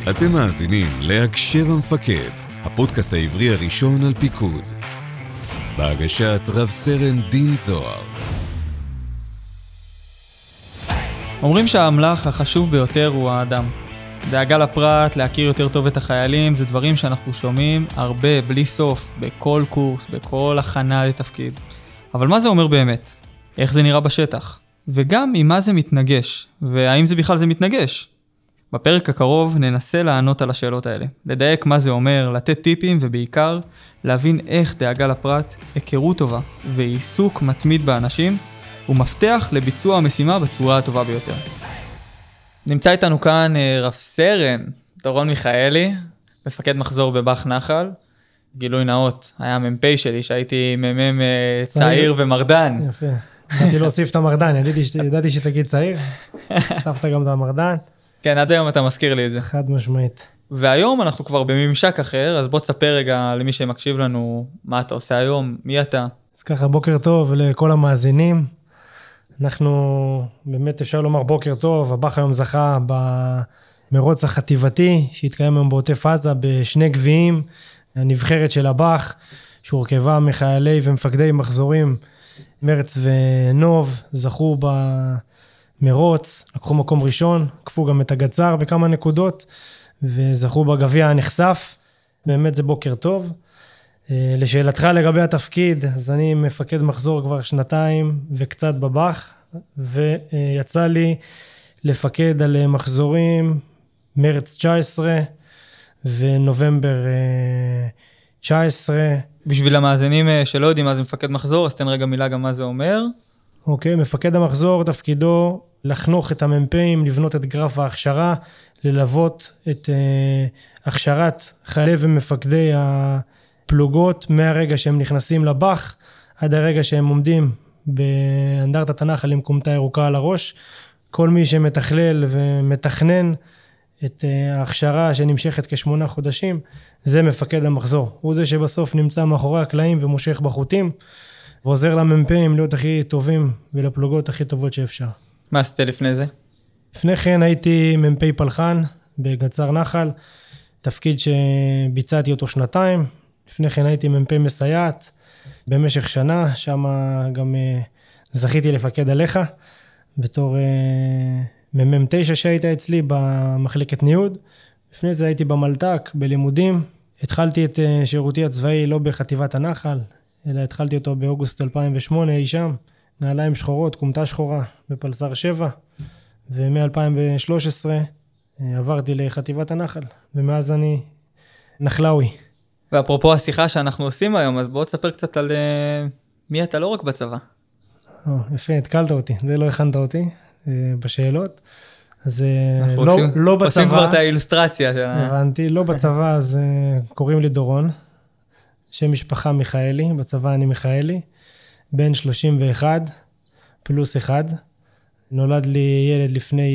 אתם מאזינים להקשב המפקד, הפודקאסט העברי הראשון על פיקוד. בהגשת רב סרן דין זוהר. אומרים שהאמל"ח החשוב ביותר הוא האדם. דאגה לפרט, להכיר יותר טוב את החיילים, זה דברים שאנחנו שומעים הרבה, בלי סוף, בכל קורס, בכל הכנה לתפקיד. אבל מה זה אומר באמת? איך זה נראה בשטח? וגם עם מה זה מתנגש, והאם זה בכלל זה מתנגש? בפרק הקרוב ננסה לענות על השאלות האלה, לדייק מה זה אומר, לתת טיפים ובעיקר להבין איך דאגה לפרט, היכרות טובה ועיסוק מתמיד באנשים הוא מפתח לביצוע המשימה בצורה הטובה ביותר. נמצא איתנו כאן רב סרן דורון מיכאלי, מפקד מחזור בבח נחל. גילוי נאות, היה מ"פ שלי שהייתי מ"מ צעיר ומרדן. יפה. באתי להוסיף את המרדן, ידעתי שתגיד צעיר. הוספת גם את המרדן. כן, עד היום אתה מזכיר לי את זה. חד משמעית. והיום אנחנו כבר בממשק אחר, אז בוא תספר רגע למי שמקשיב לנו מה אתה עושה היום, מי אתה. אז ככה, בוקר טוב לכל המאזינים. אנחנו, באמת אפשר לומר בוקר טוב, הבח היום זכה במרוץ החטיבתי, שהתקיים היום בעוטף עזה בשני גביעים, הנבחרת של הבח, שהורכבה מחיילי ומפקדי מחזורים, מרץ ונוב, זכו במרוץ, לקחו מקום ראשון, קפו גם את הגצר בכמה נקודות, וזכו בגביע הנחשף, באמת זה בוקר טוב. לשאלתך לגבי התפקיד, אז אני מפקד מחזור כבר 2 וקצת בבח, ויצא לי לפקד על מחזורים מרץ 19 ונובמבר 19. בשביל המאזינים שלא יודעים מה זה מפקד מחזור, אז תן רגע מילה גם מה זה אומר. אוקיי, מפקד המחזור תפקידו לחנוך את המ"פים, לבנות את גרף ההכשרה, ללוות את הכשרת חיילי ומפקדי הפלוגות מהרגע שהם נכנסים לבח, עד הרגע שהם עומדים באנדרטת הנחל עם קומתה ירוקה על הראש. כל מי שמתכלל ומתכנן את ההכשרה שנמשכת כ8 חודשים, זה מפקד המחזור. הוא זה שבסוף נמצא מאחורי הקלעים ומושך בחוטים, ועוזר למ"פים להיות הכי טובים ולפלוגות הכי טובות שאפשר. מה עשית לפני זה? לפני כן הייתי מ"פ פלחן בגצר נחל, תפקיד שביצעתי אותו 2. לפני כן הייתי מ"פ מסייעת במשך שנה, שם גם זכיתי לפקד עליך, בתור מ"מ 9 שהיית אצלי במחלקת ניהוד. לפני זה הייתי במלתק, בלימודים. התחלתי את שירותי הצבאי לא בחטיבת הנחל, אלא התחלתי אותו באוגוסט 2008 אי שם, נעליים שחורות, קומתה שחורה, בפלסר 7, ומ-2013 עברתי לחטיבת הנחל, ומאז אני נחלאוי. ואפרופו השיחה שאנחנו עושים היום, אז בוא תספר קצת על מי אתה לא רק בצבא. יפה, התקלת אותי, זה לא הכנת אותי בשאלות. אז לא בצבא. עושים כבר את האילוסטרציה. הבנתי, לא בצבא, אז קוראים לי דורון, שם משפחה מיכאלי, בצבא אני מיכאלי, בן 31 פלוס 1. נולד לי ילד לפני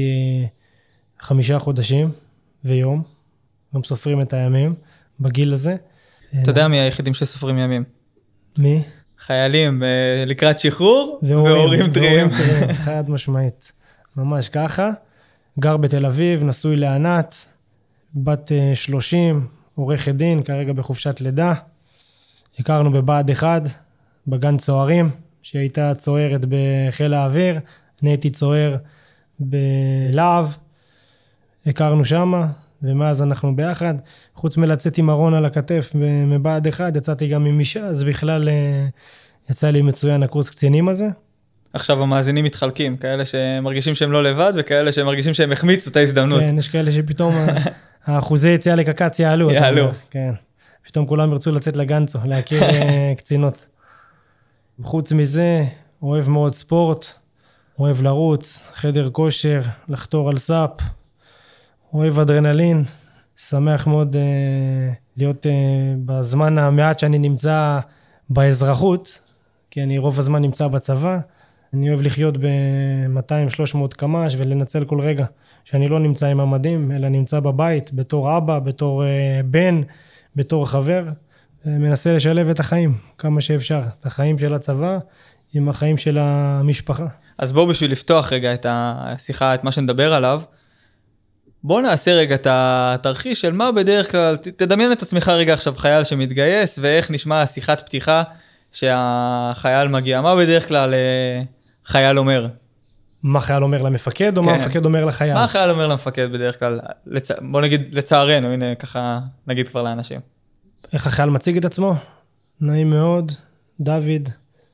5 חודשים ויום, גם סופרים את הימים בגיל הזה. אתה יודע מי היחידים שסופרים ימים? מי? חיילים לקראת שחרור והורים טריים. חד משמעית, ממש ככה. גר בתל אביב, נשוי לענת, בת 30, עורכת דין, כרגע בחופשת לידה. הכרנו בבה"ד 1, בגן צוערים, שהייתה צוערת בחיל האוויר, אני הייתי צוער בלהב, הכרנו שמה, ומאז אנחנו ביחד. חוץ מלצאת עם ארון על הכתף מבה"ד 1, יצאתי גם עם אישה, אז בכלל יצא לי מצוין הקורס קצינים הזה. עכשיו המאזינים מתחלקים, כאלה שמרגישים שהם לא לבד, וכאלה שמרגישים שהם החמיצו את ההזדמנות. כן, יש כאלה שפתאום האחוזי יציאה לקק"צ יעלו. יעלו. כן. פתאום כולם ירצו לצאת לגנצו, להכיר קצינות. חוץ מזה, אוהב מאוד ספורט, אוהב לרוץ, חדר כושר, לחתור על סאפ, אוהב אדרנלין, שמח מאוד להיות בזמן המעט שאני נמצא באזרחות, כי אני רוב הזמן נמצא בצבא. אני אוהב לחיות ב-200-300 קמ"ש ולנצל כל רגע שאני לא נמצא עם המדים, אלא נמצא בבית, בתור אבא, בתור בן, בתור חבר, מנסה לשלב את החיים כמה שאפשר, את החיים של הצבא עם החיים של המשפחה. אז בואו בשביל לפתוח רגע את השיחה, את מה שנדבר עליו, בוא נעשה רגע את התרחיש של מה בדרך כלל, תדמיין את עצמך רגע עכשיו חייל שמתגייס, ואיך נשמע שיחת פתיחה שהחייל מגיע. מה בדרך כלל חייל אומר? מה חייל אומר למפקד, או מה המפקד אומר לחייל? מה החייל אומר למפקד בדרך כלל? בוא נגיד לצערנו, הנה ככה נגיד כבר לאנשים. איך החייל מציג את עצמו? נעים מאוד, דוד,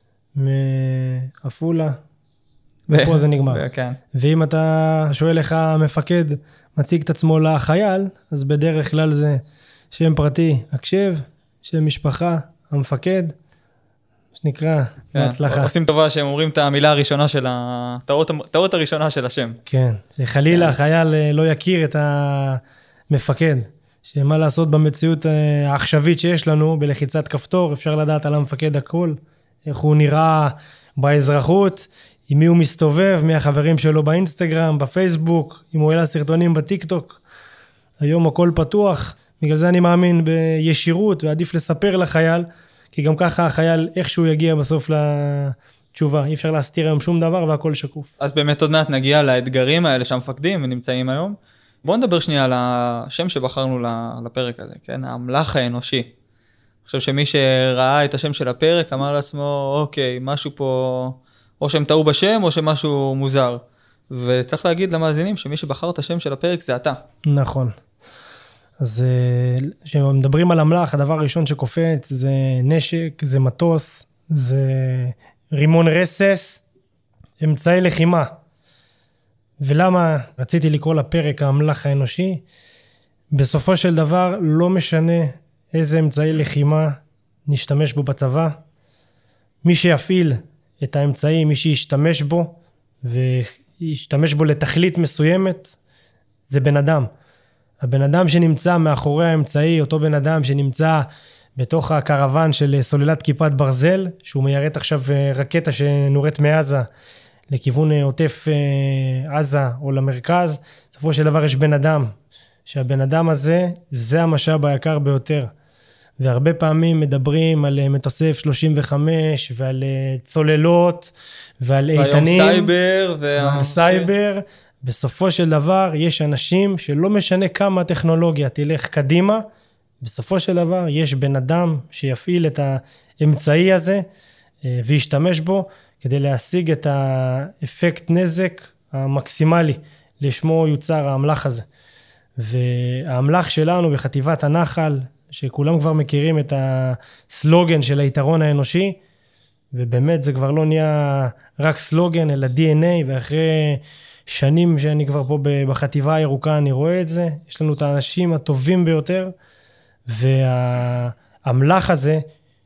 מאפולה, ופה זה נגמר. כן. ואם אתה שואל איך המפקד מציג את עצמו לחייל, אז בדרך כלל זה שם פרטי, הקשב, שם משפחה, המפקד, שנקרא, בהצלחה. עושים טובה שהם אומרים את המילה הראשונה של הטעות הראשונה של השם. כן, שחלילה החייל לא יכיר את המפקד, שמה לעשות במציאות העכשווית שיש לנו, בלחיצת כפתור, אפשר לדעת על המפקד הכל, איך הוא נראה באזרחות, עם מי הוא מסתובב, מי החברים שלו באינסטגרם, בפייסבוק, אם הוא העלה סרטונים בטיקטוק. היום הכל פתוח, בגלל זה אני מאמין בישירות, ועדיף לספר לחייל, כי גם ככה החייל איכשהו יגיע בסוף לתשובה. אי אפשר להסתיר היום שום דבר והכל שקוף. אז באמת עוד מעט נגיע לאתגרים האלה שהמפקדים ונמצאים היום. בואו נדבר שנייה על השם שבחרנו לפרק הזה, כן? האמל"ח האנושי. אני חושב שמי שראה את השם של הפרק אמר לעצמו, אוקיי, משהו פה, או שהם טעו בשם או שמשהו מוזר. וצריך להגיד למאזינים שמי שבחר את השם של הפרק זה אתה. נכון. אז כשמדברים על אמל"ח, הדבר הראשון שקופץ זה נשק, זה מטוס, זה רימון רסס, אמצעי לחימה. ולמה רציתי לקרוא לפרק האמל"ח האנושי? בסופו של דבר לא משנה איזה אמצעי לחימה נשתמש בו בצבא. מי שיפעיל את האמצעי, מי שישתמש בו וישתמש בו לתכלית מסוימת, זה בן אדם. הבן אדם שנמצא מאחורי האמצעי, אותו בן אדם שנמצא בתוך הקרוון של סוללת כיפת ברזל, שהוא מיירט עכשיו רקטה שנורית מעזה לכיוון עוטף עזה או למרכז, בסופו של דבר יש בן אדם, שהבן אדם הזה זה המשאב היקר ביותר. והרבה פעמים מדברים על מטוסי F-35 ועל צוללות ועל איתנים. והיום סייבר. ועל סייבר. בסופו של דבר יש אנשים שלא משנה כמה הטכנולוגיה תלך קדימה, בסופו של דבר יש בן אדם שיפעיל את האמצעי הזה וישתמש בו כדי להשיג את האפקט נזק המקסימלי לשמו יוצר האמל"ח הזה. והאמל"ח שלנו בחטיבת הנחל, שכולם כבר מכירים את הסלוגן של היתרון האנושי, ובאמת זה כבר לא נהיה רק סלוגן אלא DNA, ואחרי שנים שאני כבר פה בחטיבה הירוקה אני רואה את זה, יש לנו את האנשים הטובים ביותר, והאמל"ח הזה,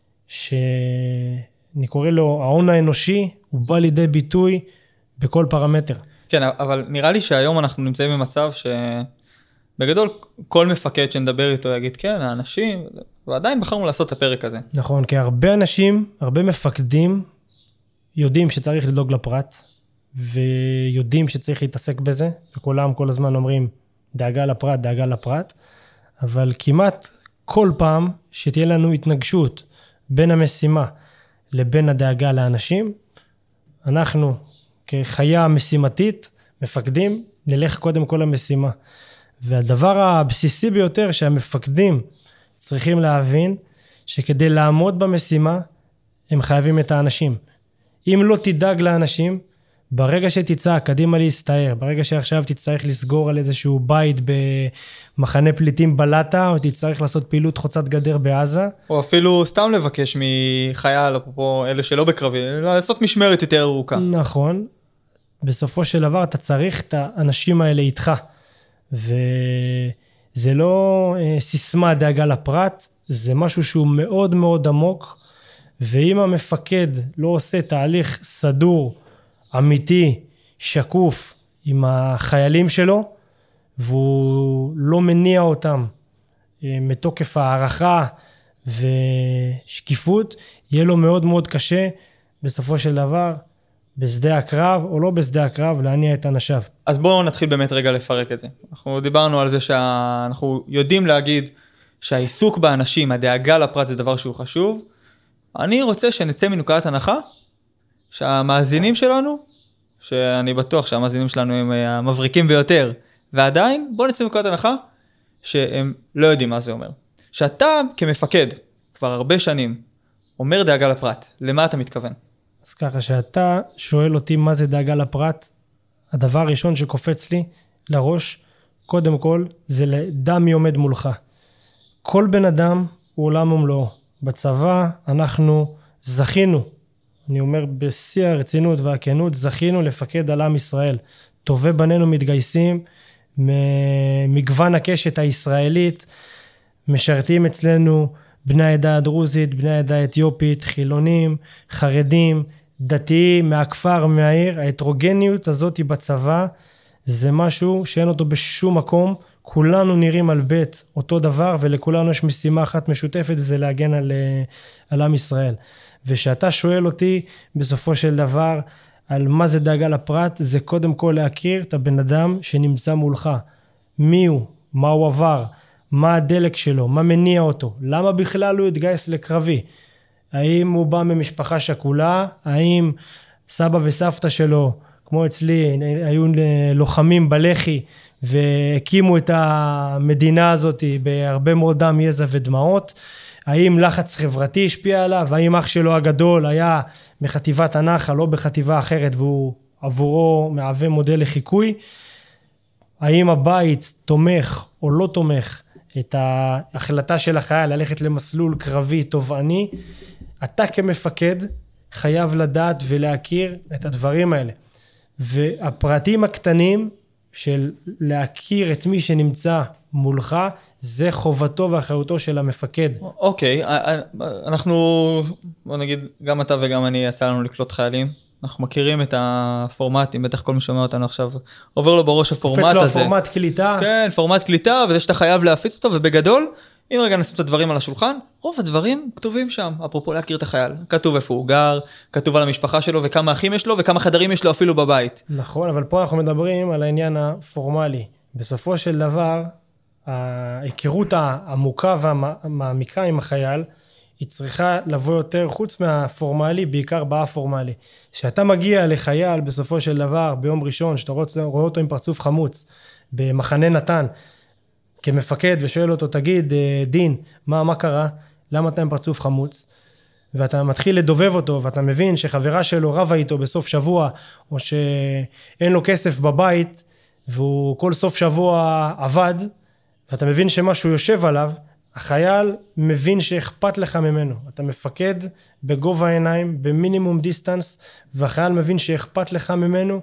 שאני קורא לו ההון האנושי, הוא בא לידי ביטוי בכל פרמטר. כן, אבל נראה לי שהיום אנחנו נמצאים במצב שבגדול כל מפקד שנדבר איתו יגיד כן, האנשים, ועדיין בחרנו לעשות את הפרק הזה. נכון, כי הרבה אנשים, הרבה מפקדים יודעים שצריך לדאוג לפרט, ויודעים שצריך להתעסק בזה, וכולם כל הזמן אומרים דאגה לפרט, דאגה לפרט, אבל כמעט כל פעם שתהיה לנו התנגשות בין המשימה לבין הדאגה לאנשים, אנחנו כחיה משימתית, מפקדים, נלך קודם כל למשימה. והדבר הבסיסי ביותר שהמפקדים צריכים להבין, שכדי לעמוד במשימה, הם חייבים את האנשים. אם לא תדאג לאנשים, ברגע שתצא קדימה להסתער, ברגע שעכשיו תצטרך לסגור על איזשהו בית במחנה פליטים בלטה, או תצטרך לעשות פעילות חוצת גדר בעזה. או אפילו סתם לבקש מחייל, אפרופו אלה שלא בקרבי, לעשות משמרת יותר ארוכה. נכון. בסופו של דבר אתה צריך את האנשים האלה איתך. וזה לא סיסמה דאגה לפרט, זה משהו שהוא מאוד מאוד עמוק, ואם המפקד לא עושה תהליך סדור, אמיתי, שקוף עם החיילים שלו, והוא לא מניע אותם מתוקף הערכה ושקיפות, יהיה לו מאוד מאוד קשה בסופו של דבר, בשדה הקרב או לא בשדה הקרב, להניע את אנשיו. אז בואו נתחיל באמת רגע לפרק את זה. אנחנו דיברנו על זה שאנחנו יודעים להגיד שהעיסוק באנשים, הדאגה לפרט זה דבר שהוא חשוב. אני רוצה שנצא מנקודת הנחה, שהמאזינים שלנו, שאני בטוח שהמאזינים שלנו הם המבריקים ביותר, ועדיין, בוא נצא מנקודת הנחה, שהם לא יודעים מה זה אומר. שאתה כמפקד, כבר הרבה שנים, אומר דאגה לפרט, למה אתה מתכוון? אז ככה, שאתה שואל אותי מה זה דאגה לפרט, הדבר הראשון שקופץ לי לראש, קודם כל, זה לדע מי עומד מולך. כל בן אדם הוא עולם ומלואו. בצבא אנחנו זכינו, אני אומר בשיא הרצינות והכנות, זכינו לפקד על עם ישראל. טובי בנינו מתגייסים, מגוון הקשת הישראלית, משרתים אצלנו בני העדה הדרוזית, בני העדה האתיופית, חילונים, חרדים, דתיים, מהכפר, מהעיר. ההטרוגניות הזאת בצבא, זה משהו שאין אותו בשום מקום, כולנו נראים על בית אותו דבר, ולכולנו יש משימה אחת משותפת, וזה להגן על עם ישראל. ושאתה שואל אותי, בסופו של דבר, על מה זה דאגה לפרט, זה קודם כל להכיר את הבן אדם שנמצא מולך. מי הוא? מה הוא עבר? מה הדלק שלו? מה מניע אותו? למה בכלל הוא התגייס לקרבי? האם הוא בא ממשפחה שכולה? האם סבא וסבתא שלו, כמו אצלי, היו לוחמים בלח"י, והקימו את המדינה הזאת בהרבה מאוד דם, יזע ודמעות? האם לחץ חברתי השפיע עליו? האם אח שלו הגדול היה בחטיבת הנח"ל או בחטיבה אחרת, והוא עבורו מהווה מודל לחיקוי? האם הבית תומך או לא תומך את ההחלטה של החייל ללכת למסלול קרבי תובעני? אתה כמפקד חייב לדעת ולהכיר את הדברים האלה. והפרטים הקטנים של להכיר את מי שנמצא מולך, זה חובתו ואחריותו של המפקד. אוקיי, אנחנו, בוא נגיד, גם אתה וגם אני יצא לנו לקלוט חיילים. אנחנו מכירים את הפורמטים, בטח כל מי שומע אותנו עכשיו, עובר לו בראש הפורמט הזה. קופץ לו הפורמט קליטה. כן, פורמט קליטה, וזה שאתה חייב להפיץ אותו, ובגדול, אם רגע נשים את הדברים על השולחן, רוב הדברים כתובים שם, אפרופו להכיר את החייל. כתוב איפה הוא גר, כתוב על המשפחה שלו, וכמה אחים יש לו, וכמה חדרים יש לו אפילו בבית. נכון, אבל פה אנחנו מדברים על העניין הפורמלי. בסופו של דבר, ההיכרות העמוקה והמעמיקה עם החייל, היא צריכה לבוא יותר חוץ מהפורמלי, בעיקר באפורמלי. שאתה מגיע לחייל בסופו של דבר, ביום ראשון, שאתה רואה אותו עם פרצוף חמוץ, במחנה נתן, כמפקד, ושואל אותו, תגיד, דין, מה קרה? למה אתה עם פרצוף חמוץ? ואתה מתחיל לדובב אותו, ואתה מבין שחברה שלו רבה איתו בסוף שבוע, או שאין לו כסף בבית, והוא כל סוף שבוע עבד, ואתה מבין שמשהו יושב עליו, החייל מבין שאכפת לך ממנו. אתה מפקד בגובה העיניים, במינימום דיסטנס, והחייל מבין שאכפת לך ממנו,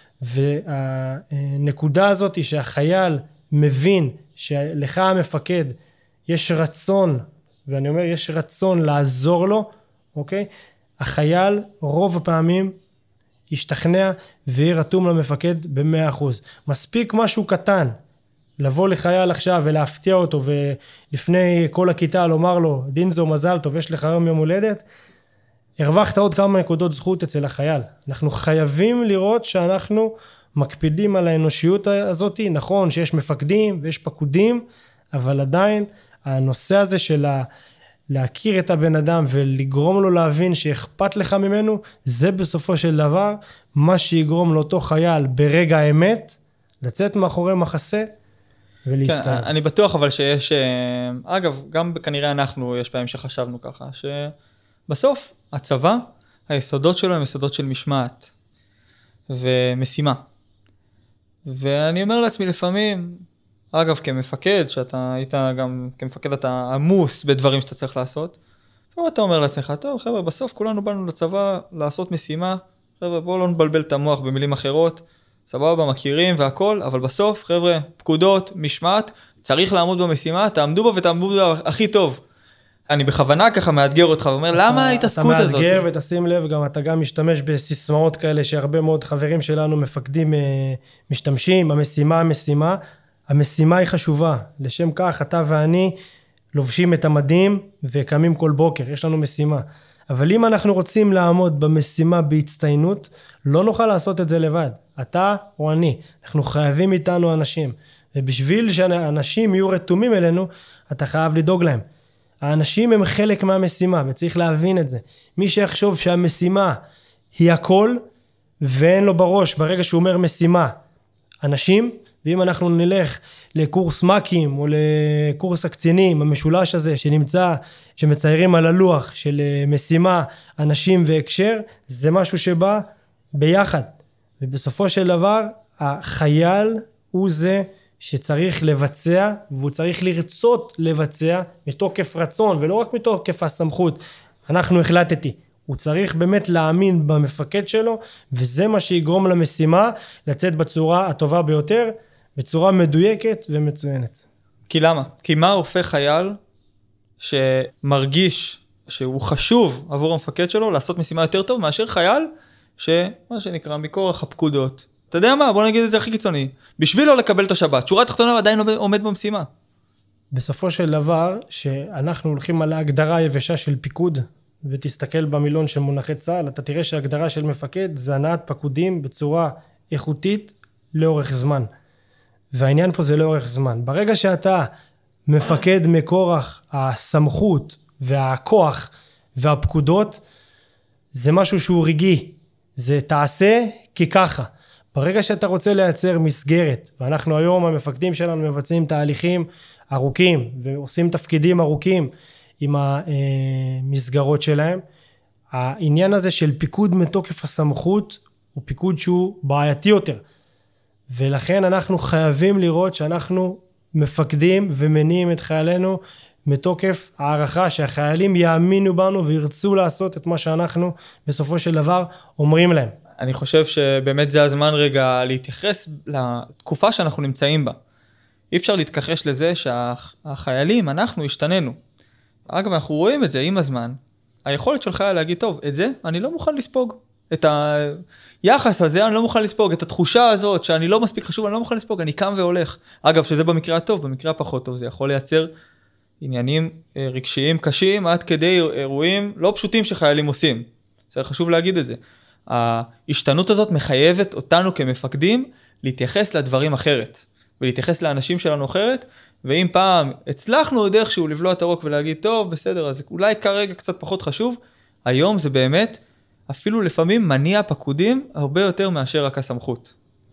והנקודה הזאת היא שהחייל מבין שלך המפקד יש רצון, ואני אומר יש רצון לעזור לו, אוקיי? החייל רוב הפעמים ישתכנע ויהיה רתום למפקד ב100%. מספיק משהו קטן, לבוא לחייל עכשיו ולהפתיע אותו, ולפני כל הכיתה לומר לו, דינזו מזל טוב, יש לך יום הולדת, הרווחת עוד כמה נקודות זכות אצל החייל. אנחנו חייבים לראות שאנחנו מקפידים על האנושיות הזאת. נכון שיש מפקדים ויש פקודים, אבל עדיין הנושא הזה של להכיר את הבן אדם ולגרום לו להבין שאכפת לך ממנו, זה בסופו של דבר מה שיגרום לאותו חייל ברגע האמת לצאת מאחורי מחסה ולהסתער. כן, אני בטוח אבל שיש, אגב, גם כנראה אנחנו, יש פעמים שחשבנו ככה, שבסוף הצבא, היסודות שלו הם יסודות של משמעת ומשימה. ואני אומר לעצמי לפעמים, אגב, כמפקד, שאתה היית גם, כמפקד אתה עמוס בדברים שאתה צריך לעשות, ואתה אומר לעצמך, טוב חבר'ה, בסוף כולנו באנו לצבא לעשות משימה, חבר'ה, בואו לא נבלבל את המוח במילים אחרות, סבבה, מכירים והכל, אבל בסוף, חבר'ה, פקודות, משמעת, צריך לעמוד במשימה, תעמדו בה ותעמדו בה הכי טוב. אני בכוונה ככה מאתגר אותך, ואומר, למה ההתעסקות הזאת? אתה מאתגר ותשים לב, אתה גם משתמש בסיסמאות כאלה, שהרבה מאוד חברים שלנו מפקדים משתמשים, המשימה היא חשובה. לשם כך, אתה ואני לובשים את המדים וקמים כל בוקר, יש לנו משימה. אבל אם אנחנו רוצים לעמוד במשימה בהצטיינות, לא נוכל לעשות את זה לבד. אתה או אני, אנחנו חייבים איתנו אנשים. ובשביל שאנשים יהיו רתומים אלינו, אתה חייב לדאוג להם. האנשים הם חלק מהמשימה, וצריך להבין את זה. מי שיחשוב שהמשימה היא הכל, ואין לו בראש, ברגע שהוא אומר משימה, אנשים, ואם אנחנו נלך לקורס מקים או לקורס הקצינים, המשולש הזה שנמצא, שמציירים על הלוח של משימה, אנשים והקשר, זה משהו שבא ביחד. ובסופו של דבר, החייל הוא זה שצריך לבצע, והוא צריך לרצות לבצע מתוקף רצון, ולא רק מתוקף הסמכות. אנחנו החלטתי. הוא צריך באמת להאמין במפקד שלו, וזה מה שיגרום למשימה לצאת בצורה הטובה ביותר, בצורה מדויקת ומצוינת. כי למה? כי מה הופך חייל שמרגיש שהוא חשוב עבור המפקד שלו לעשות משימה יותר טוב מאשר חייל שמה שנקרא מכורח הפקודות. אתה יודע מה? בוא נגיד את זה הכי קיצוני. בשביל לא לקבל את השבת, שורה תחתונה עדיין עומד במשימה. בסופו של דבר, שאנחנו הולכים על ההגדרה היבשה של פיקוד, ותסתכל במילון של מונחי צה"ל, אתה תראה שההגדרה של מפקד זה הנעת פקודים בצורה איכותית לאורך זמן. והעניין פה זה לאורך זמן. ברגע שאתה מפקד מכורח הסמכות והכוח והפקודות, זה משהו שהוא רגעי. זה תעשה כי ככה. ברגע שאתה רוצה לייצר מסגרת, ואנחנו היום המפקדים שלנו מבצעים תהליכים ארוכים, ועושים תפקידים ארוכים עם המסגרות שלהם, העניין הזה של פיקוד מתוקף הסמכות, הוא פיקוד שהוא בעייתי יותר. ולכן אנחנו חייבים לראות שאנחנו מפקדים ומניעים את חיילינו מתוקף הערכה שהחיילים יאמינו בנו וירצו לעשות את מה שאנחנו בסופו של דבר אומרים להם. אני חושב שבאמת זה הזמן רגע להתייחס לתקופה שאנחנו נמצאים בה. אי אפשר להתכחש לזה שהחיילים, אנחנו השתננו. אגב, אנחנו רואים את זה עם הזמן. היכולת של חייל להגיד, טוב, את זה אני לא מוכן לספוג. את היחס הזה אני לא מוכן לספוג. את התחושה הזאת שאני לא מספיק חשוב, אני לא מוכן לספוג. אני קם והולך. אגב, שזה במקרה הטוב, במקרה הפחות טוב. זה יכול לייצר עניינים רגשיים קשים, עד כדי אירועים לא פשוטים שחיילים עושים. זה חשוב להגיד את זה. ההשתנות הזאת מחייבת אותנו כמפקדים להתייחס לדברים אחרת. ולהתייחס לאנשים שלנו אחרת. ואם פעם הצלחנו דרך שהוא לבלוע את הרוק ולהגיד, טוב, בסדר, אז אולי כרגע קצת פחות חשוב, היום זה באמת, אפילו לפעמים מניע פקודים הרבה יותר מאשר רק הסמכות.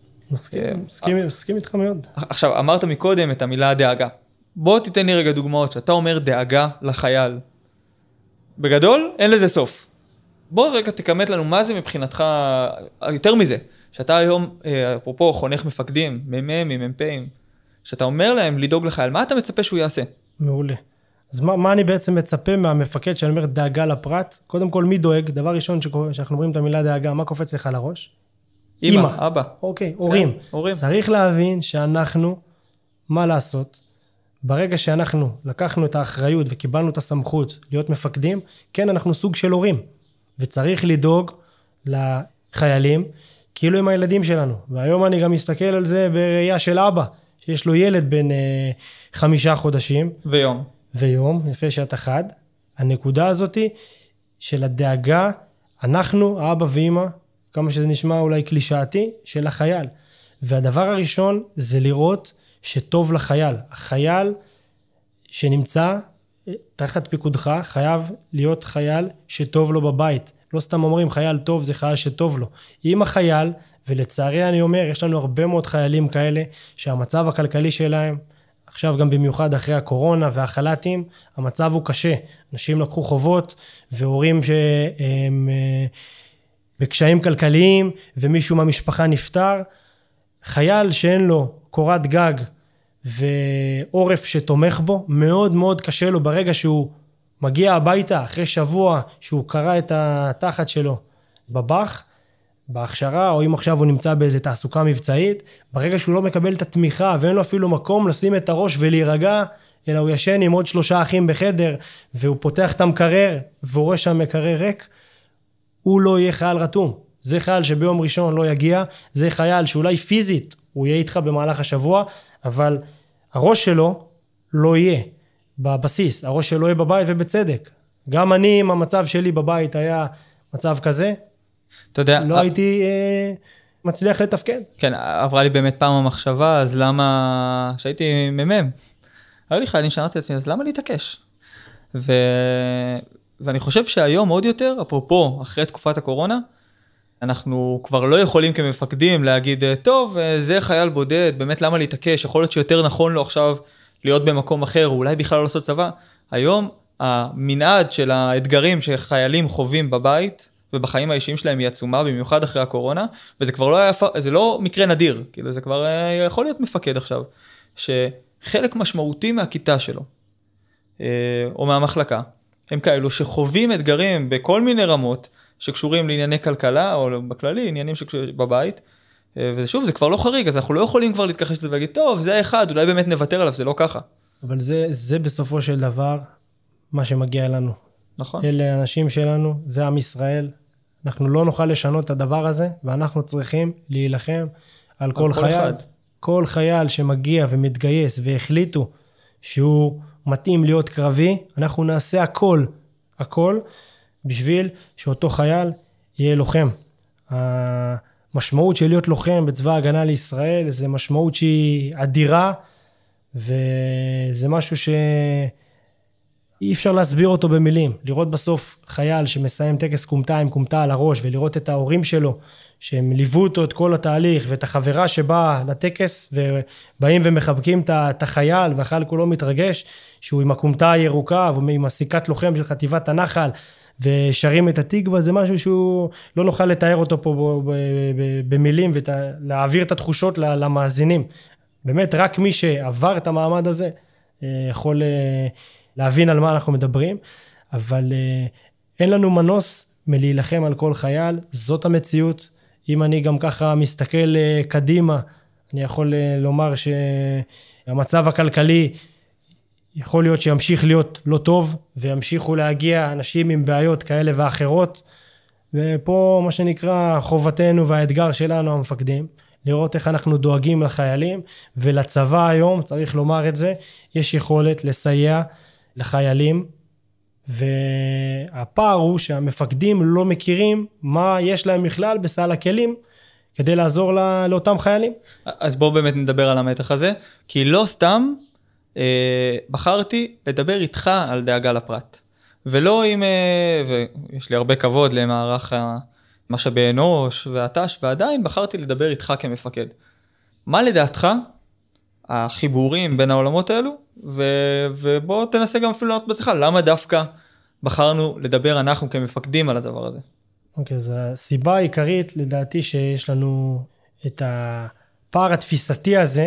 מסכים איתך מאוד. עכשיו, אמרת מקודם את המילה דאגה. בוא תיתן לי רגע דוגמאות, שאתה אומר דאגה לחייל. בגדול, אין לזה סוף. בוא רגע תקמת לנו מה זה מבחינתך, יותר מזה, שאתה היום, אפרופו חונך מפקדים, מ"פים, שאתה אומר להם לדאוג לחייל, מה אתה מצפה שהוא יעשה? מעולה. אז מה אני בעצם מצפה מהמפקד שאני אומר דאגה לפרט? קודם כל, מי דואג? דבר ראשון שאנחנו אומרים את המילה דאגה, מה קופץ לך לראש? אמא, אבא. אוקיי, הורים. הורים. צריך להבין שאנחנו, מה לעשות? ברגע שאנחנו לקחנו את האחריות וקיבלנו את הסמכות להיות מפקדים, כן, אנחנו סוג של הורים. וצריך לדאוג לחיילים, כאילו הם הילדים שלנו. והיום אני גם מסתכל על זה בראייה של אבא, שיש לו ילד בין 5 חודשים. ויום, יפה שאת אחד. הנקודה הזאת של הדאגה, אנחנו, האבא ואמא, כמה שזה נשמע אולי קלישאתי, של החייל. והדבר הראשון זה לראות שטוב לחייל. החייל שנמצא תחת פיקודך, חייב להיות חייל שטוב לו בבית. לא סתם אומרים חייל טוב זה חייל שטוב לו. אם החייל, ולצערי אני אומר, יש לנו הרבה מאוד חיילים כאלה, שהמצב הכלכלי שלהם, עכשיו גם במיוחד אחרי הקורונה והחל"תים, המצב הוא קשה. אנשים לקחו חובות, והורים שהם בקשיים כלכליים, ומישהו מהמשפחה נפטר. חייל שאין לו קורת גג, ועורף שתומך בו, מאוד מאוד קשה לו ברגע שהוא מגיע הביתה, אחרי שבוע שהוא קרא את התחת שלו בבח, בהכשרה, או אם עכשיו הוא נמצא באיזו תעסוקה מבצעית, ברגע שהוא לא מקבל את התמיכה, ואין לו אפילו מקום לשים את הראש ולהירגע, אלא הוא ישן עם עוד 3 אחים בחדר, והוא פותח את המקרר, והוא רואה שהמקרר ריק, הוא לא יהיה חייל רתום. זה חייל שביום ראשון לא יגיע, זה חייל שאולי פיזית הוא יהיה איתך במהלך השבוע, אבל הראש שלו לא יהיה בבסיס, הראש שלו יהיה בבית ובצדק. גם אני, אם המצב שלי בבית היה מצב כזה, אתה יודע, לא הייתי מצליח לתפקד. כן, עברה לי באמת פעם המחשבה, אז למה, שהייתי מ"מ, היו לי חיילים שאמרתי לעצמי, אז למה להתעקש? ואני חושב שהיום עוד יותר, אפרופו, אחרי תקופת הקורונה, אנחנו כבר לא יכולים כמפקדים להגיד, טוב, זה חייל בודד, באמת למה להתעקש? יכול להיות שיותר נכון לו עכשיו להיות במקום אחר, או אולי בכלל לא לעשות צבא. היום המנעד של האתגרים שחיילים חווים בבית, ובחיים האישיים שלהם היא עצומה, במיוחד אחרי הקורונה, וזה כבר לא, זה לא מקרה נדיר, כאילו זה כבר יכול להיות מפקד עכשיו, שחלק משמעותי מהכיתה שלו, או מהמחלקה, הם כאלו שחווים אתגרים בכל מיני רמות, שקשורים לענייני כלכלה, או בכללי, עניינים שקשורים בבית, ושוב, זה כבר לא חריג, אז אנחנו לא יכולים כבר להתכחש לזה ולהגיד, טוב, זה אחד, אולי באמת נוותר עליו, זה לא ככה. אבל זה בסופו של דבר מה שמגיע אלינו. נכון. אלה האנשים שלנו, זה עם ישראל. אנחנו לא נוכל לשנות את הדבר הזה, ואנחנו צריכים להילחם על כל חייל. אחד. כל חייל שמגיע ומתגייס והחליטו שהוא מתאים להיות קרבי, אנחנו נעשה הכל, בשביל שאותו חייל יהיה לוחם. המשמעות של להיות לוחם בצבא ההגנה לישראל, זה משמעות שהיא אדירה, וזה משהו שאי אפשר להסביר אותו במילים. לראות בסוף חייל שמסיים טקס קומטה עם קומטה על הראש, ולראות את ההורים שלו, שהם ליוו אותו את כל התהליך, ואת החברה שבאה לטקס, ובאים ומחבקים את החייל, והחייל כולו מתרגש, שהוא עם הקומטה הירוקה, ועם הסיכת לוחם של חטיבת הנחל, ושרים את התקווה, זה משהו שהוא לא נוכל לתאר אותו פה במילים, ולהעביר את התחושות למאזינים. באמת, רק מי שעבר את המעמד הזה, יכול להבין על מה אנחנו מדברים, אבל אין לנו מנוס מלהילחם על כל חייל, זאת המציאות. אם אני גם ככה מסתכל קדימה, אני יכול לומר שהמצב הכלכלי יכול להיות שימשיך להיות לא טוב, וימשיכו להגיע אנשים עם בעיות כאלה ואחרות, ופה מה שנקרא חובתנו והאתגר שלנו המפקדים, לראות איך אנחנו דואגים לחיילים, ולצבא היום, צריך לומר את זה, יש יכולת לסייע לחיילים, והפער הוא שהמפקדים לא מכירים מה יש להם בכלל בסל הכלים, כדי לעזור לאותם חיילים. אז בואו באמת נדבר על המתח הזה, כי לא סתם בחרתי לדבר איתך על דאגה לפרט, ולא עם, ויש לי הרבה כבוד למערך משאבי אנוש והתש, ועדיין בחרתי לדבר איתך כמפקד. מה לדעתך החיבורים בין העולמות האלו, ובוא תנסה גם אפילו לענות בצלחה, למה דווקא בחרנו לדבר אנחנו כמפקדים על הדבר הזה? אוקיי, אז הסיבה העיקרית לדעתי שיש לנו את הפער התפיסתי הזה,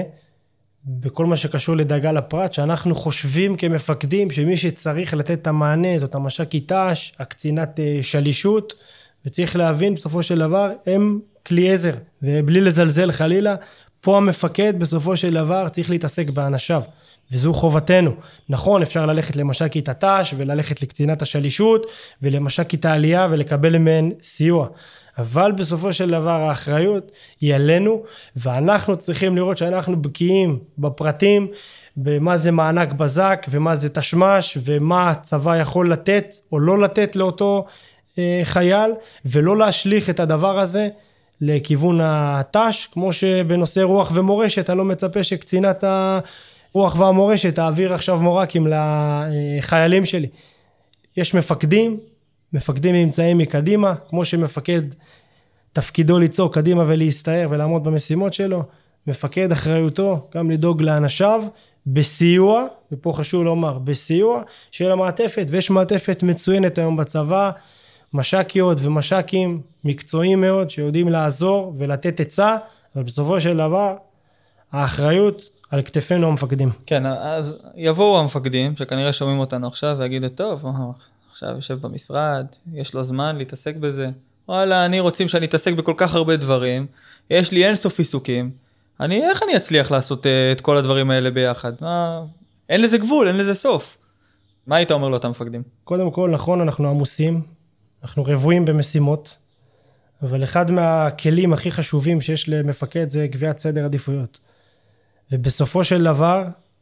בכל מה שקשור לדאגה לפרט, שאנחנו חושבים כמפקדים שמי שצריך לתת את המענה זאת המש"קית ת"ש, הקצינת שלישות, וצריך להבין בסופו של דבר הם כלי עזר, ובלי לזלזל חלילה, פה המפקד בסופו של דבר צריך להתעסק באנשיו, וזו חובתנו. נכון, אפשר ללכת למש"קית הת"ש וללכת לקצינת השלישות ולמש"קית העלייה ולקבל מהן סיוע. אבל בסופו של דבר האחריות היא עלינו, ואנחנו צריכים לראות שאנחנו בקיאים בפרטים, במה זה מענק בזק ומה זה תשמש, ומה הצבא יכול לתת או לא לתת לאותו חייל, ולא להשליך את הדבר הזה לכיוון הת"ש, כמו שבנושא רוח ומורשת, אני לא מצפה שקצינת הרוח והמורשת תעביר עכשיו מורקים לחיילים שלי. יש מפקדים נמצאים מקדימה, כמו שמפקד תפקידו ליצור קדימה ולהסתער ולעמוד במשימות שלו, מפקד אחריותו גם לדאוג לאנשיו בסיוע, ופה חשוב לומר, בסיוע של המעטפת, ויש מעטפת מצוינת היום בצבא, מש"קיות ומש"קים מקצועיים מאוד שיודעים לעזור ולתת עצה, אבל בסופו של דבר האחריות על כתפינו המפקדים. כן, אז יבואו המפקדים שכנראה שומעים אותנו עכשיו ויגידו, טוב, עכשיו יושב במשרד, יש לו זמן להתעסק בזה. וואלה, אני רוצים שאני אתעסק בכל כך הרבה דברים, יש לי אינסוף עיסוקים, איך אני אצליח לעשות את כל הדברים האלה ביחד? אין לזה גבול, אין לזה סוף. מה היית אומר לאותם מפקדים? קודם כל, נכון, אנחנו עמוסים, אנחנו רבועים במשימות, אבל אחד מהכלים הכי חשובים שיש למפקד זה קביעת סדר עדיפויות. ובסופו של דבר,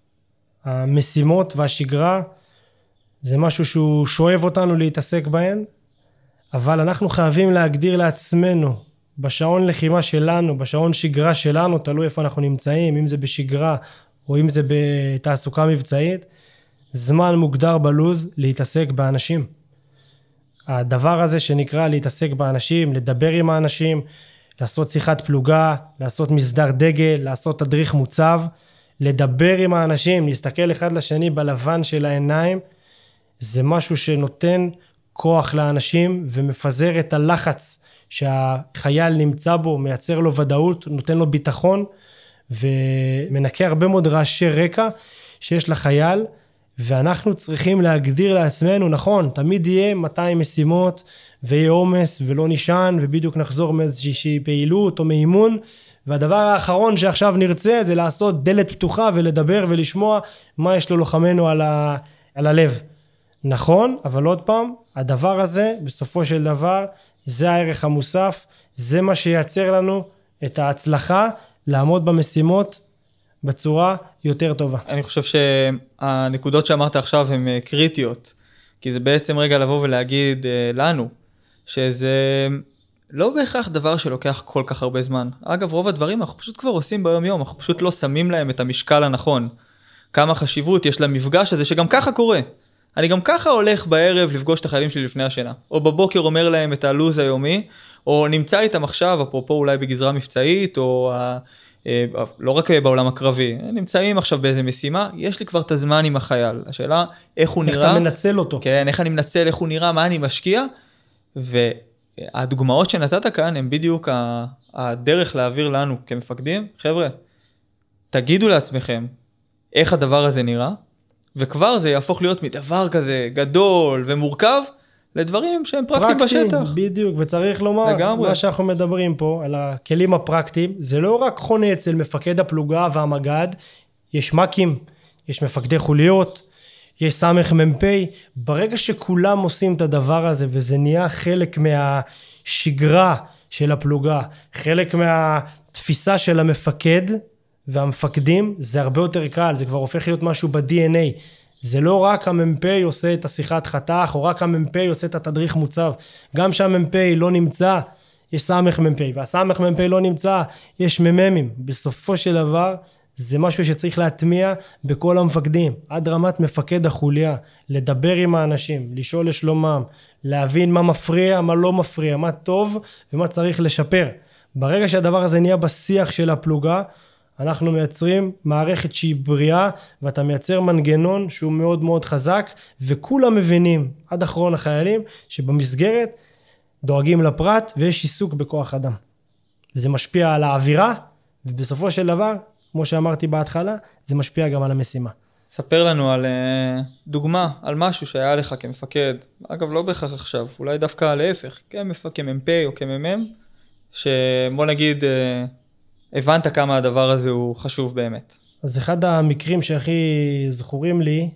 המשימות והשגרה זה משהו שהוא שואב אותנו להתעסק בהן, אבל אנחנו חייבים להגדיר לעצמנו, בשעון לחימה שלנו, בשעון שגרה שלנו, תלוי איפה אנחנו נמצאים, אם זה בשגרה או אם זה בתעסוקה מבצעית, זמן מוגדר בלוז להתעסק באנשים. הדבר הזה שנקרא להתעסק באנשים, לדבר עם האנשים, לעשות שיחת פלוגה, לעשות מסדר דגל, לעשות תדריך מוצב, לדבר עם האנשים, להסתכל אחד לשני בלבן של העיניים, זה משהו שנותן כוח לאנשים ומפזר את הלחץ שהחייל נמצא בו, מייצר לו ודאות, נותן לו ביטחון, ומנקה הרבה מאוד רעשי רקע שיש לחייל, ואנחנו צריכים להגדיר לעצמנו, נכון, תמיד יהיה 200 משימות, ויהיה עומס ולא נשען, ובדיוק נחזור מאיזושהי פעילות או מאימון, והדבר האחרון שעכשיו נרצה זה לעשות דלת פתוחה ולדבר ולשמוע מה יש לו לוחמנו על הלב. נכון, אבל עוד פעם, הדבר הזה בסופו של דבר זה הערך המוסף, זה מה שייצר לנו את ההצלחה לעמוד במשימות בצורה יותר טובה. אני חושב שהנקודות שאמרת עכשיו הן קריטיות, כי זה בעצם רגע לבוא ולהגיד לנו, שזה לא בהכרח דבר שלוקח כל כך הרבה זמן. אגב, רוב הדברים אנחנו פשוט כבר עושים ביום יום, אנחנו פשוט לא שמים להם את המשקל הנכון. כמה חשיבות יש למפגש הזה שגם ככה קורה. אני גם ככה הולך בערב לפגוש את החיילים שלי לפני השינה, או בבוקר אומר להם את הלוז היומי, או נמצא איתם עכשיו, אפרופו אולי בגזרה מבצעית, או לא רק בעולם הקרבי, נמצאים עכשיו באיזה משימה, יש לי כבר את הזמן עם החייל. השאלה, איך הוא נראה? איך אתה מנצל אותו? כן, איך אני מנצל, איך הוא נראה, מה אני משקיע, והדוגמאות שנתת כאן, הם בדיוק הדרך להעביר לנו כמפקדים. חבר'ה, תגידו לעצמכם, איך הדבר הזה נראה, וכבר זה יהפוך להיות מדבר כזה גדול ומורכב, לדברים שהם פרקטיים בשטח. בדיוק, וצריך לומר, לגמרי. מה שאנחנו מדברים פה, על הכלים הפרקטיים, זה לא רק חונה אצל מפקד הפלוגה והמגד, יש מקים, יש מפקדי חוליות, יש סמך מ"פ, ברגע שכולם עושים את הדבר הזה, וזה נהיה חלק מהשגרה של הפלוגה, חלק מהתפיסה של המפקד והמפקדים, זה הרבה יותר קל, זה כבר הופך להיות משהו ב-DNA, זה לא רק המ"פ עושה את השיחת חתך, או רק המ"פ עושה את התדריך מוצב, גם שהמ"פ לא נמצא, יש סמך מ"פ, והסמך מ"פ לא נמצא, יש מ"מים, בסופו של דבר, זה משהו שצריך להטמיע בכל המפקדים, עד רמת מפקד החוליה, לדבר עם האנשים, לשאול לשלומם, להבין מה מפריע, מה לא מפריע, מה טוב ומה צריך לשפר. ברגע שהדבר הזה נהיה בשיח של הפלוגה, אנחנו מייצרים מערכת שהיא בריאה, ואתה מייצר מנגנון שהוא מאוד מאוד חזק, וכולם מבינים, עד אחרון החיילים, שבמסגרת דואגים לפרט ויש עיסוק בכוח אדם. וזה משפיע על האווירה, ובסופו של דבר, כמו שאמרתי בהתחלה, זה משפיע גם על המשימה. ספר לנו על דוגמה, על משהו שהיה לך כמפקד, אגב לא בהכרח עכשיו, אולי דווקא להפך, כמ"פ או כמ"מ, שבוא נגיד, הבנת כמה הדבר הזה הוא חשוב באמת. אז אחד המקרים שהכי זכורים לי,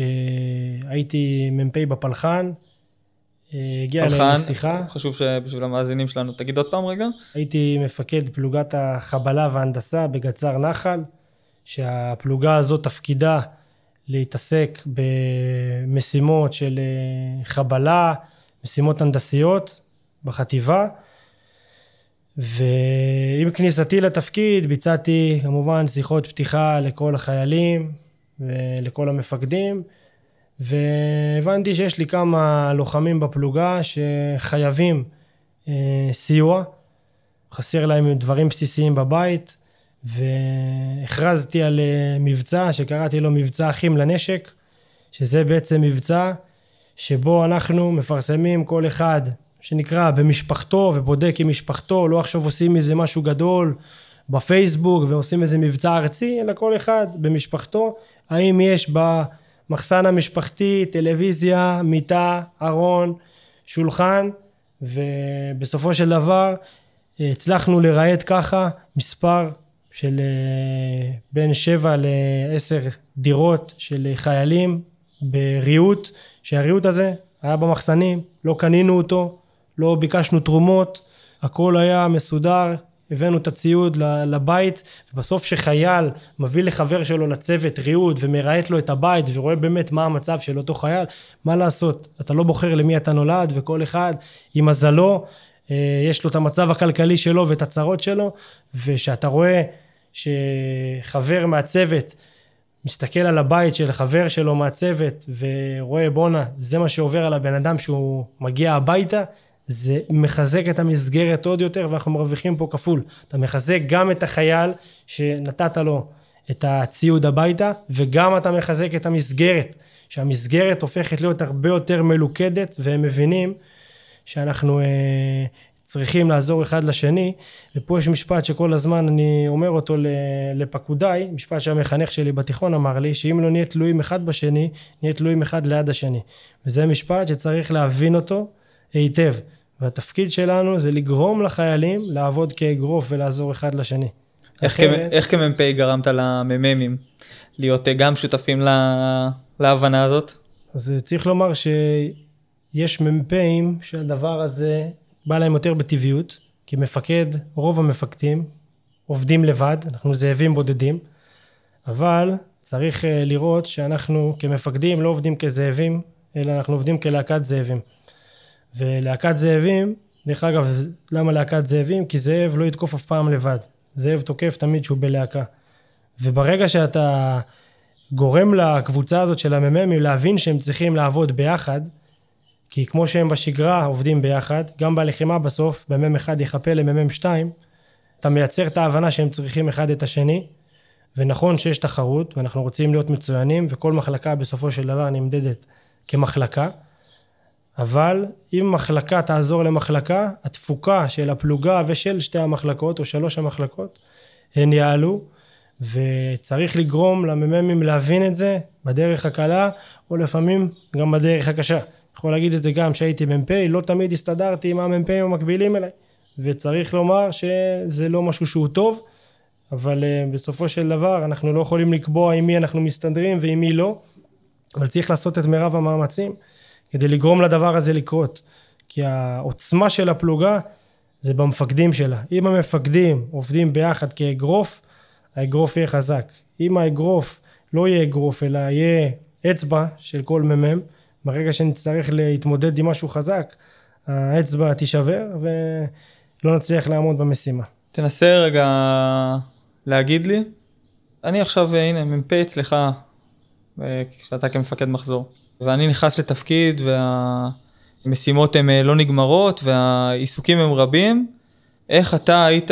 שהייתי מ"פ בפלחן, הגיע אליי שיחה. חשוב שבשביל המאזינים שלנו, תגיד עוד פעם רגע. הייתי מפקד פלוגת החבלה וההנדסה בגצר נחל, שהפלוגה הזאת תפקידה להתעסק במשימות של חבלה, משימות הנדסיות בחטיבה, ועם כניסתי לתפקיד ביצעתי כמובן שיחות פתיחה לכל החיילים ולכל המפקדים, והבנתי שיש לי כמה לוחמים בפלוגה שחייבים סיוע, חסר להם דברים בסיסיים בבית, והכרזתי על מבצע שקראתי לו מבצע אחים לנשק, שזה בעצם מבצע שבו אנחנו מפרסמים כל אחד שנקרא במשפחתו ובודק עם משפחתו, לא עכשיו עושים איזה משהו גדול בפייסבוק ועושים איזה מבצע ארצי, אלא כל אחד במשפחתו, האם יש במחסן המשפחתי טלוויזיה, מיטה, ארון, שולחן, ובסופו של דבר הצלחנו לראות ככה מספר של בין 7 ל-10 דירות של חיילים בריאות, שהריאות הזה היה במחסנים, לא קנינו אותו, לא ביקשנו תרומות, הכל היה מסודר, הבאנו את הציוד לבית, ובסוף שחייל מביא לחבר שלו לצוות ריאות ומראית לו את הבית ורואה באמת מה המצב של אותו חייל, מה לעשות? אתה לא בוחר למי אתה נולד, וכל אחד עם מזלו, יש לו את המצב הכלכלי שלו ואת הצרות שלו, ושאתה רואה שחבר מהצוות מסתכל על הבית של חבר שלו מהצוות, ורואה בונה, זה מה שעובר על הבן אדם שהוא מגיע הביתה, זה מחזק את המסגרת עוד יותר, ואנחנו מרוויחים פה כפול. אתה מחזק גם את החייל שנתת לו את הציוד הביתה, וגם אתה מחזק את המסגרת, שהמסגרת הופכת להיות הרבה יותר מלוכדת, והם מבינים שאנחנו צריכים לעזור אחד לשני, ופה יש משפט שכל הזמן אני אומר אותו לפקודיי, משפט שהמחנך שלי בתיכון אמר לי, שאם לא נהיה תלויים אחד בשני, נהיה תלויים אחד ליד השני. וזה משפט שצריך להבין אותו היטב, והתפקיד שלנו זה לגרום לחיילים לעבוד כאגרוף ולעזור אחד לשני. איך כמ"פ גרמת למ"מים להיות גם שותפים להבנה הזאת? אז צריך לומר שיש מ"פים שהדבר הזה בא להם יותר בטבעיות, כי מפקד, רוב המפקדים עובדים לבד, אנחנו זאבים בודדים, אבל צריך לראות שאנחנו כמפקדים לא עובדים כזאבים, אלא אנחנו עובדים כלהקת זאבים. ולהקת זאבים, דרך אגב, למה להקת זאבים? כי זאב לא יתקוף אף פעם לבד. זאב תוקף תמיד שהוא בלהקה. וברגע שאתה גורם לקבוצה הזאת של המ"מים להבין שהם צריכים לעבוד ביחד, כי כמו שהם בשגרה עובדים ביחד, גם בלחימה בסוף, במ"ם אחד יחפה למ"ם 2, אתה מייצר את ההבנה שהם צריכים אחד את השני, ונכון שיש תחרות, ואנחנו רוצים להיות מצוינים, וכל מחלקה בסופו של דבר נמדדת כמחלקה, אבל אם מחלקה תעזור למחלקה, התפוקה של הפלוגה ושל שתי המחלקות, או 3 המחלקות, הן יעלו, וצריך לגרום למ"מים להבין את זה, בדרך הקלה, או לפעמים גם בדרך הקשה. יכול להגיד את זה גם שהייתי מ"פ, לא תמיד הסתדרתי עם המ"פים המקבילים אליי, וצריך לומר שזה לא משהו שהוא טוב, אבל בסופו של דבר אנחנו לא יכולים לקבוע עם מי אנחנו מסתדרים ועם מי לא, אבל צריך לעשות את מרב המאמצים, כדי לגרום לדבר הזה לקרות, כי העוצמה של הפלוגה זה במפקדים שלה. אם המפקדים עובדים ביחד כאגרוף, האגרוף יהיה חזק. אם האגרוף לא יהיה אגרוף, אלא יהיה אצבע של כל מ"מ, ברגע שנצטרך להתמודד עם משהו חזק, האצבע תישבר ולא נצליח לעמוד במשימה. תנסה רגע להגיד לי, אני עכשיו, הנה, מ"פ אצלך, כשאתה כמפקד מחזור, ואני נכנס לתפקיד והמשימות הן לא נגמרות והעיסוקים הם רבים, איך אתה היית,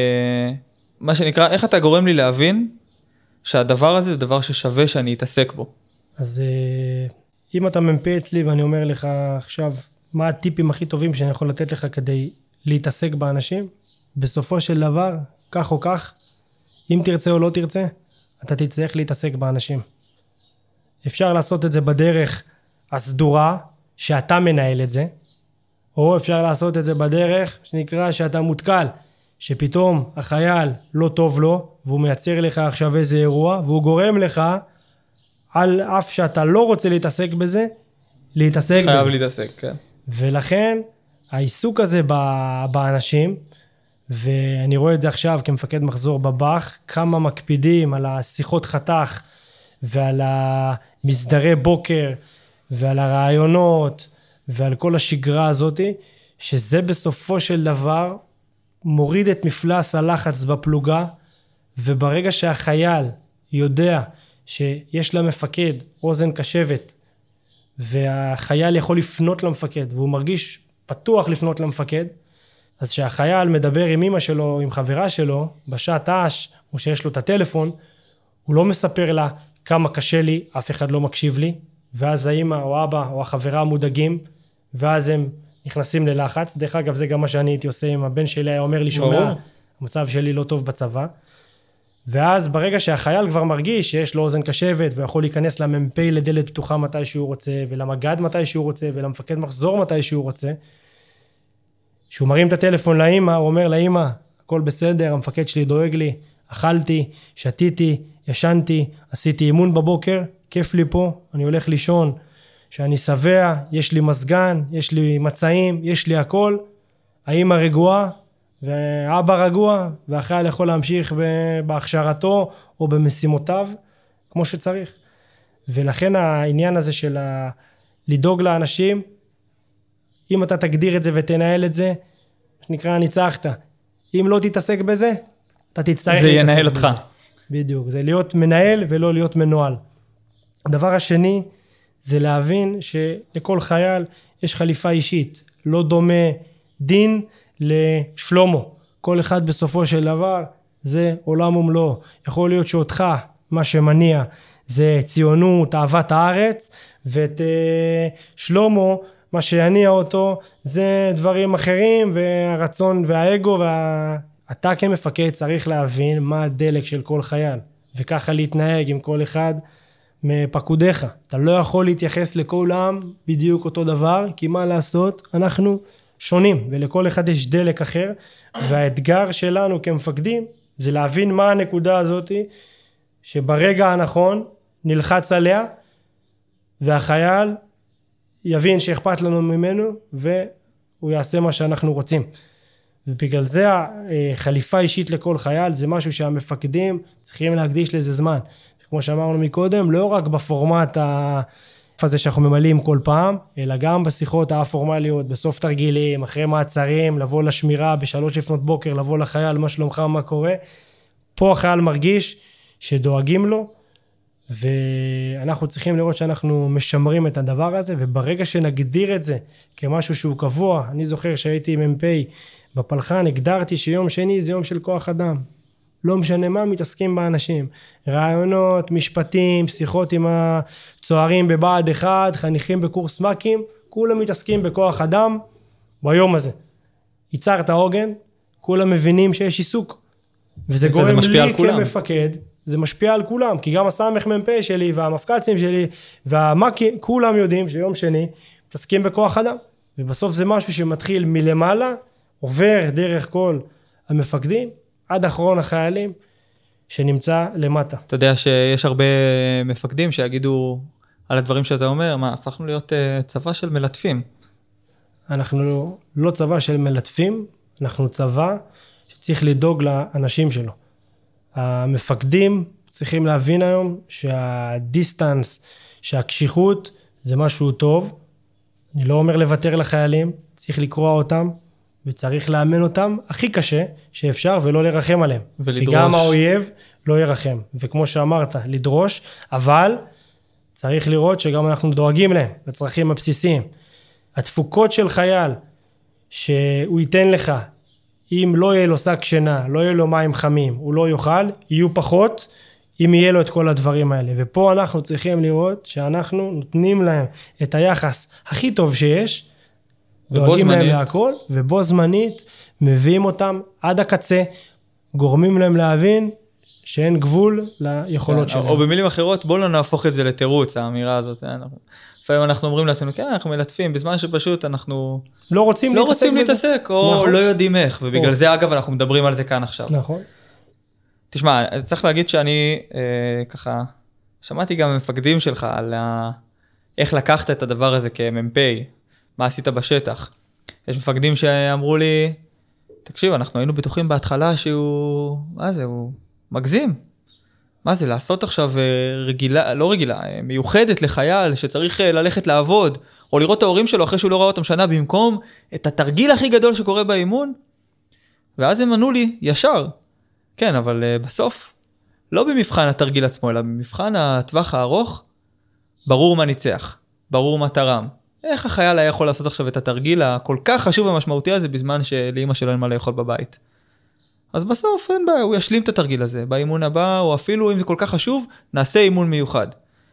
מה שנקרא, איך אתה גורם לי להבין שהדבר הזה זה דבר ששווה שאני אתעסק בו? אז אם אתה מ"פ אצלי ואני אומר לך עכשיו מה הטיפים הכי טובים שאני יכול לתת לך כדי להתעסק באנשים, בסופו של דבר, כך או כך, אם תרצה או לא תרצה, אתה תצטרך להתעסק באנשים. אפשר לעשות את זה בדרך הסדורה, שאתה מנהל את זה, או אפשר לעשות את זה בדרך שנקרא שאתה מותקל, שפתאום החייל לא טוב לו, והוא מייצר לך עכשיו איזה אירוע, והוא גורם לך, על אף שאתה לא רוצה להתעסק בזה, להתעסק בזה. חייב להתעסק, כן. ולכן, העיסוק הזה באנשים, ואני רואה את זה עכשיו כמפקד מחזור בבח, כמה מקפידים על השיחות חתך, ועל המסדרי בוקר, ועל הרעיונות, ועל כל השגרה הזאת, שזה בסופו של דבר מוריד את מפלס הלחץ בפלוגה, וברגע שהחייל יודע שיש למפקד אוזן קשבת, והחייל יכול לפנות למפקד, והוא מרגיש פתוח לפנות למפקד, אז שהחייל מדבר עם אמא שלו, עם חברה שלו, בשעת ת"ש, או שיש לו את הטלפון, הוא לא מספר לה כמה קשה לי, אף אחד לא מקשיב לי, ואז האמא או אבא או החברה מודאגים, ואז הם נכנסים ללחץ. דרך אגב, זה גם מה שאני הייתי עושה עם הבן שלי, היה אומר לי, שומע, המצב שלי לא טוב בצבא. ואז ברגע שהחייל כבר מרגיש שיש לו אוזן קשבת, ויכול להיכנס למ"פ לדלת פתוחה מתי שהוא רוצה, ולמג"ד מתי שהוא רוצה, ולמפקד מחזור מתי שהוא רוצה, שהוא מרים את הטלפון לאמא, הוא אומר לאמא, הכל בסדר, המפקד שלי דואג לי, אכלתי, שתיתי, ישנתי, עשיתי אימון בבוקר, כיף לי פה, אני הולך לישון, שאני שבע, יש לי מזגן, יש לי מצעים, יש לי הכל, האמא רגועה, ואבא רגוע, והחייל יכול להמשיך בהכשרתו או במשימותיו, כמו שצריך. ולכן העניין הזה של לדאוג לאנשים, אם אתה תגדיר את זה ותנהל את זה, שנקרא ניצחת. אם לא תתעסק בזה, אתה תצטרך להתעסק בזה. זה ינהל אותך. בדיוק. זה להיות מנהל ולא להיות מנוהל. הדבר השני, זה להבין שלכל חייל יש חליפה אישית. לא דומה דין לשלומו. כל אחד בסופו של דבר זה עולם ומלואו. יכול להיות שאותך, מה שמניע, זה ציונות, אהבת הארץ, ואת שלומו, מה שיניע אותו, זה דברים אחרים, והרצון והאגו, אתה כמפקד צריך להבין מה הדלק של כל חייל, וככה להתנהג עם כל אחד מפקודיך. אתה לא יכול להתייחס לכולם בדיוק אותו דבר, כי מה לעשות? אנחנו שונים, ולכל אחד יש דלק אחר, והאתגר שלנו כמפקדים, זה להבין מה הנקודה הזאת, שברגע הנכון נלחץ עליה, והחייל יבין שאכפת לנו ממנו, והוא יעשה מה שאנחנו רוצים. ובגלל זה החליפה אישית לכל חייל, זה משהו שהמפקדים צריכים להקדיש לזה זמן. כמו שאמרנו מקודם, לא רק בפורמט הזה שאנחנו ממלאים כל פעם, אלא גם בשיחות הפורמליות, בסוף תרגילים, אחרי מעצרים, לבוא לשמירה, ב3 לפנות בוקר, לבוא לחייל, מה שלומך, מה קורה. פה החייל מרגיש שדואגים לו, ואנחנו צריכים לראות שאנחנו משמרים את הדבר הזה, וברגע שנגדיר את זה כמשהו שהוא קבוע, אני זוכר שהייתי מ"פ בפלחן, הגדרתי שיום שני זה יום של כוח אדם. לא משנה מה, מתעסקים באנשים. רעיונות, משפטים, שיחות עם הצוערים בבה"ד 1, חניכים בקורס מ"כים, כולם מתעסקים בכוח אדם ביום הזה. ייצרת עוגן, כולם מבינים שיש עיסוק. וזה גורם לי כמפקד, זה משפיע על כולם, כי גם הסמ"ך מ"פ שלי והמפק"צים שלי והמ"כים, כולם יודעים שיום שני מתעסקים בכוח אדם. ובסוף זה משהו שמתחיל מלמעלה, עובר דרך כל המפקדים, עד אחרון החיילים שנמצא למטה. אתה יודע שיש הרבה מפקדים שיגידו על הדברים שאתה אומר, מה, הפכנו להיות צבא של מלטפים. אנחנו לא צבא של מלטפים, אנחנו צבא שצריך לדאוג לאנשים שלו. המפקדים צריכים להבין היום שהדיסטנס, שהקשיחות זה משהו טוב. אני לא אומר לוותר לחיילים, צריך לקרוא אותם, וצריך לאמן אותם הכי קשה שאפשר ולא לרחם עליהם. ולדרוש. כי גם האויב לא ירחם. וכמו שאמרת, לדרוש, אבל צריך לראות שגם אנחנו דואגים להם, לצרכים הבסיסיים. התפוקות של חייל שהוא ייתן לך, אם לא יהיה לו שק שינה, לא יהיה לו מים חמים, הוא לא יאכל, יהיו פחות, אם יהיה לו את כל הדברים האלה. ופה אנחנו צריכים לראות שאנחנו נותנים להם את היחס הכי טוב שיש, דואגים להם להכל, ובו זמנית מביאים אותם עד הקצה, גורמים להם להבין שאין גבול ליכולות שלהם. או במילים אחרות, בואו לא נהפוך את זה לתירוץ, האמירה הזאת. לפעמים אנחנו אומרים לעצמנו, כן, אנחנו מלטפים, בזמן שפשוט אנחנו לא רוצים להתעסק, או לא יודעים איך, ובגלל זה אגב אנחנו מדברים על זה כאן עכשיו. נכון. תשמע, צריך להגיד שאני ככה, שמעתי גם מפקדים שלך על איך לקחת את הדבר הזה כמ"פ, מה עשית בשטח. יש מפקדים שאמרו לי, תקשיב, אנחנו היינו בטוחים בהתחלה שהוא, מה זה, הוא מגזים. מה זה, לעשות עכשיו רגילה, לא רגילה, מיוחדת לחייל שצריך ללכת לעבוד, או לראות את ההורים שלו אחרי שהוא לא ראה אותם שנה, במקום את התרגיל הכי גדול שקורה באימון. ואז הם ענו לי, ישר. כן, אבל בסוף, לא במבחן התרגיל עצמו, אלא במבחן הטווח הארוך, ברור מה ניצח, ברור מה תרם. איך החייל היה יכול לעשות עכשיו את התרגיל הכל כך חשוב ומשמעותי הזה, בזמן שלאמא שלו אין מה לאכול בבית. אז בסוף אין בעיה, הוא ישלים את התרגיל הזה, באימון הבא, או אפילו אם זה כל כך חשוב, נעשה אימון מיוחד.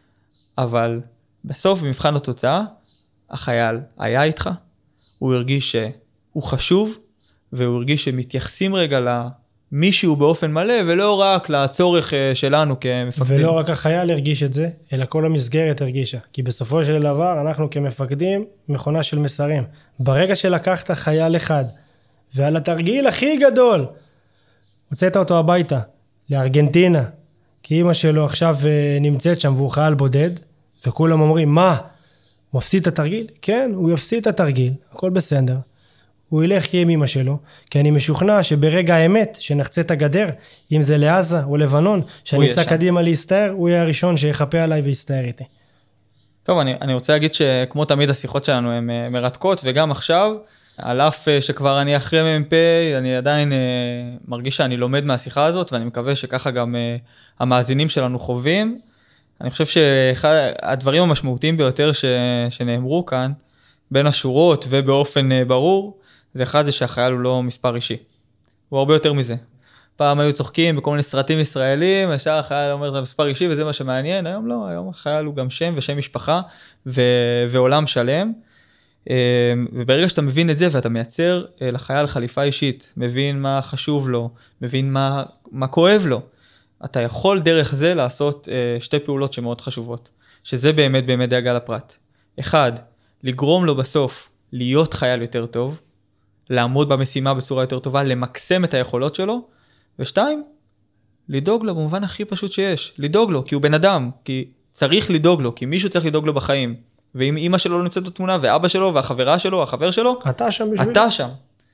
אבל בסוף, במבחן התוצאה, החייל היה איתך, הוא הרגיש שהוא חשוב, והוא הרגיש שמתייחסים רגע למישהו באופן מלא, ולא רק לצורך שלנו כמפקדים. ולא רק החייל הרגיש את זה, אלא כל המסגרת הרגישה. כי בסופו של דבר, אנחנו כמפקדים, מכונה של מסרים. ברגע שלקחת חייל אחד, ועל התרגיל הכי גדול, הוצאת אותו הביתה, לארגנטינה, כי אמא שלו עכשיו נמצאת שם והוא חייל בודד, וכולם אומרים, מה? הוא מפסיד את התרגיל? כן, הוא יפסיד את התרגיל, הכל בסדר. הוא ילך עם אמא שלו, כי אני משוכנע שברגע האמת, שנחצה את הגדר, אם זה לעזה או לבנון, שאני אצא קדימה להסתער, הוא יהיה הראשון שיחפה עליי ויסתער איתי. טוב, אני רוצה להגיד שכמו תמיד השיחות שלנו הן מרתקות, וגם עכשיו, על אף שכבר אני אחרי מ"פ, אני עדיין מרגיש שאני לומד מהשיחה הזאת, ואני מקווה שככה גם המאזינים שלנו חווים. אני חושב שהדברים המשמעותיים ביותר שנאמרו כאן, בין השורות ובאופן ברור, זה אחד זה שהחייל הוא לא מספר אישי. הוא הרבה יותר מזה. פעם היו צוחקים בכל מיני סרטים ישראלים, ישר החייל אומר זה מספר אישי וזה מה שמעניין, היום לא, היום החייל הוא גם שם ושם משפחה ועולם שלם. וברגע שאתה מבין את זה ואתה מייצר לחייל חליפה אישית, מבין מה חשוב לו, מבין מה כואב לו, אתה יכול דרך זה לעשות שתי פעולות שמאוד חשובות, שזה באמת באמת דאגה לפרט. אחד, לגרום לו בסוף להיות חייל יותר טוב, לעמוד במשימה בצורה יותר טובה, למקסם את היכולות שלו, ושתיים, לדאוג לו במובן הכי פשוט שיש, לדאוג לו, כי הוא בן אדם, כי צריך לדאוג לו, כי מישהו צריך לדאוג לו בחיים, ואם אמא שלו לא נמצאת בתמונה, ואבא שלו, והחברה שלו, החבר שלו, אתה שם בשביל. אתה שם.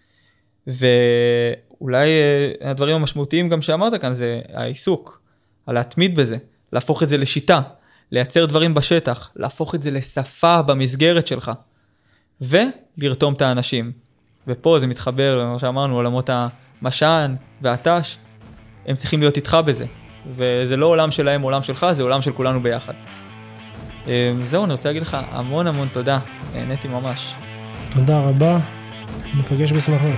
ואולי הדברים המשמעותיים גם שאמרת כאן, זה העיסוק, על להתמיד בזה, להפוך את זה לשיטה, לייצר דברים בשטח, להפוך את זה לשפה במסגרת שלך, ולרתום את האנשים. ופה זה מתחבר למה שאמרנו, עולמות המשען והתש, הם צריכים להיות איתך בזה. וזה לא עולם שלהם, עולם שלך, זה עולם של כולנו ביחד. זהו, אני רוצה להגיד לך המון המון תודה, נהניתי ממש. תודה רבה, נפגש בשמחות.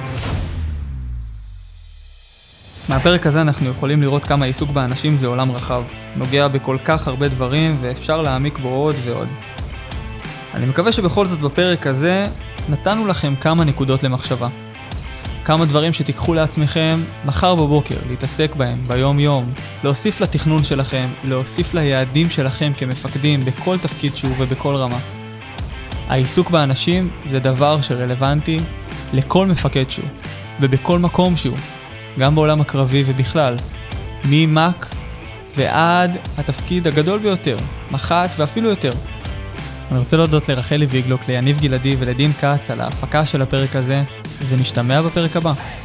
מהפרק הזה אנחנו יכולים לראות כמה עיסוק באנשים זה עולם רחב, נוגע בכל כך הרבה דברים ואפשר להעמיק בו עוד ועוד. אני מקווה שבכל זאת בפרק הזה נתנו לכם כמה נקודות למחשבה. כמה דברים שתיקחו לעצמכם מחר בבוקר, להתעסק בהם ביום יום, להוסיף לתכנון שלכם, להוסיף ליעדים שלכם כמפקדים בכל תפקיד שהוא ובכל רמה. העיסוק באנשים זה דבר שרלוונטי לכל מפקד שהוא, ובכל מקום שהוא, גם בעולם הקרבי ובכלל, ממק ועד התפקיד הגדול ביותר, מח"ט ואפילו יותר. אני רוצה להודות לרחלי ויגלוק, ליניב גלעדי ולדין קץ על ההפקה של הפרק הזה, ונשתמע בפרק הבא.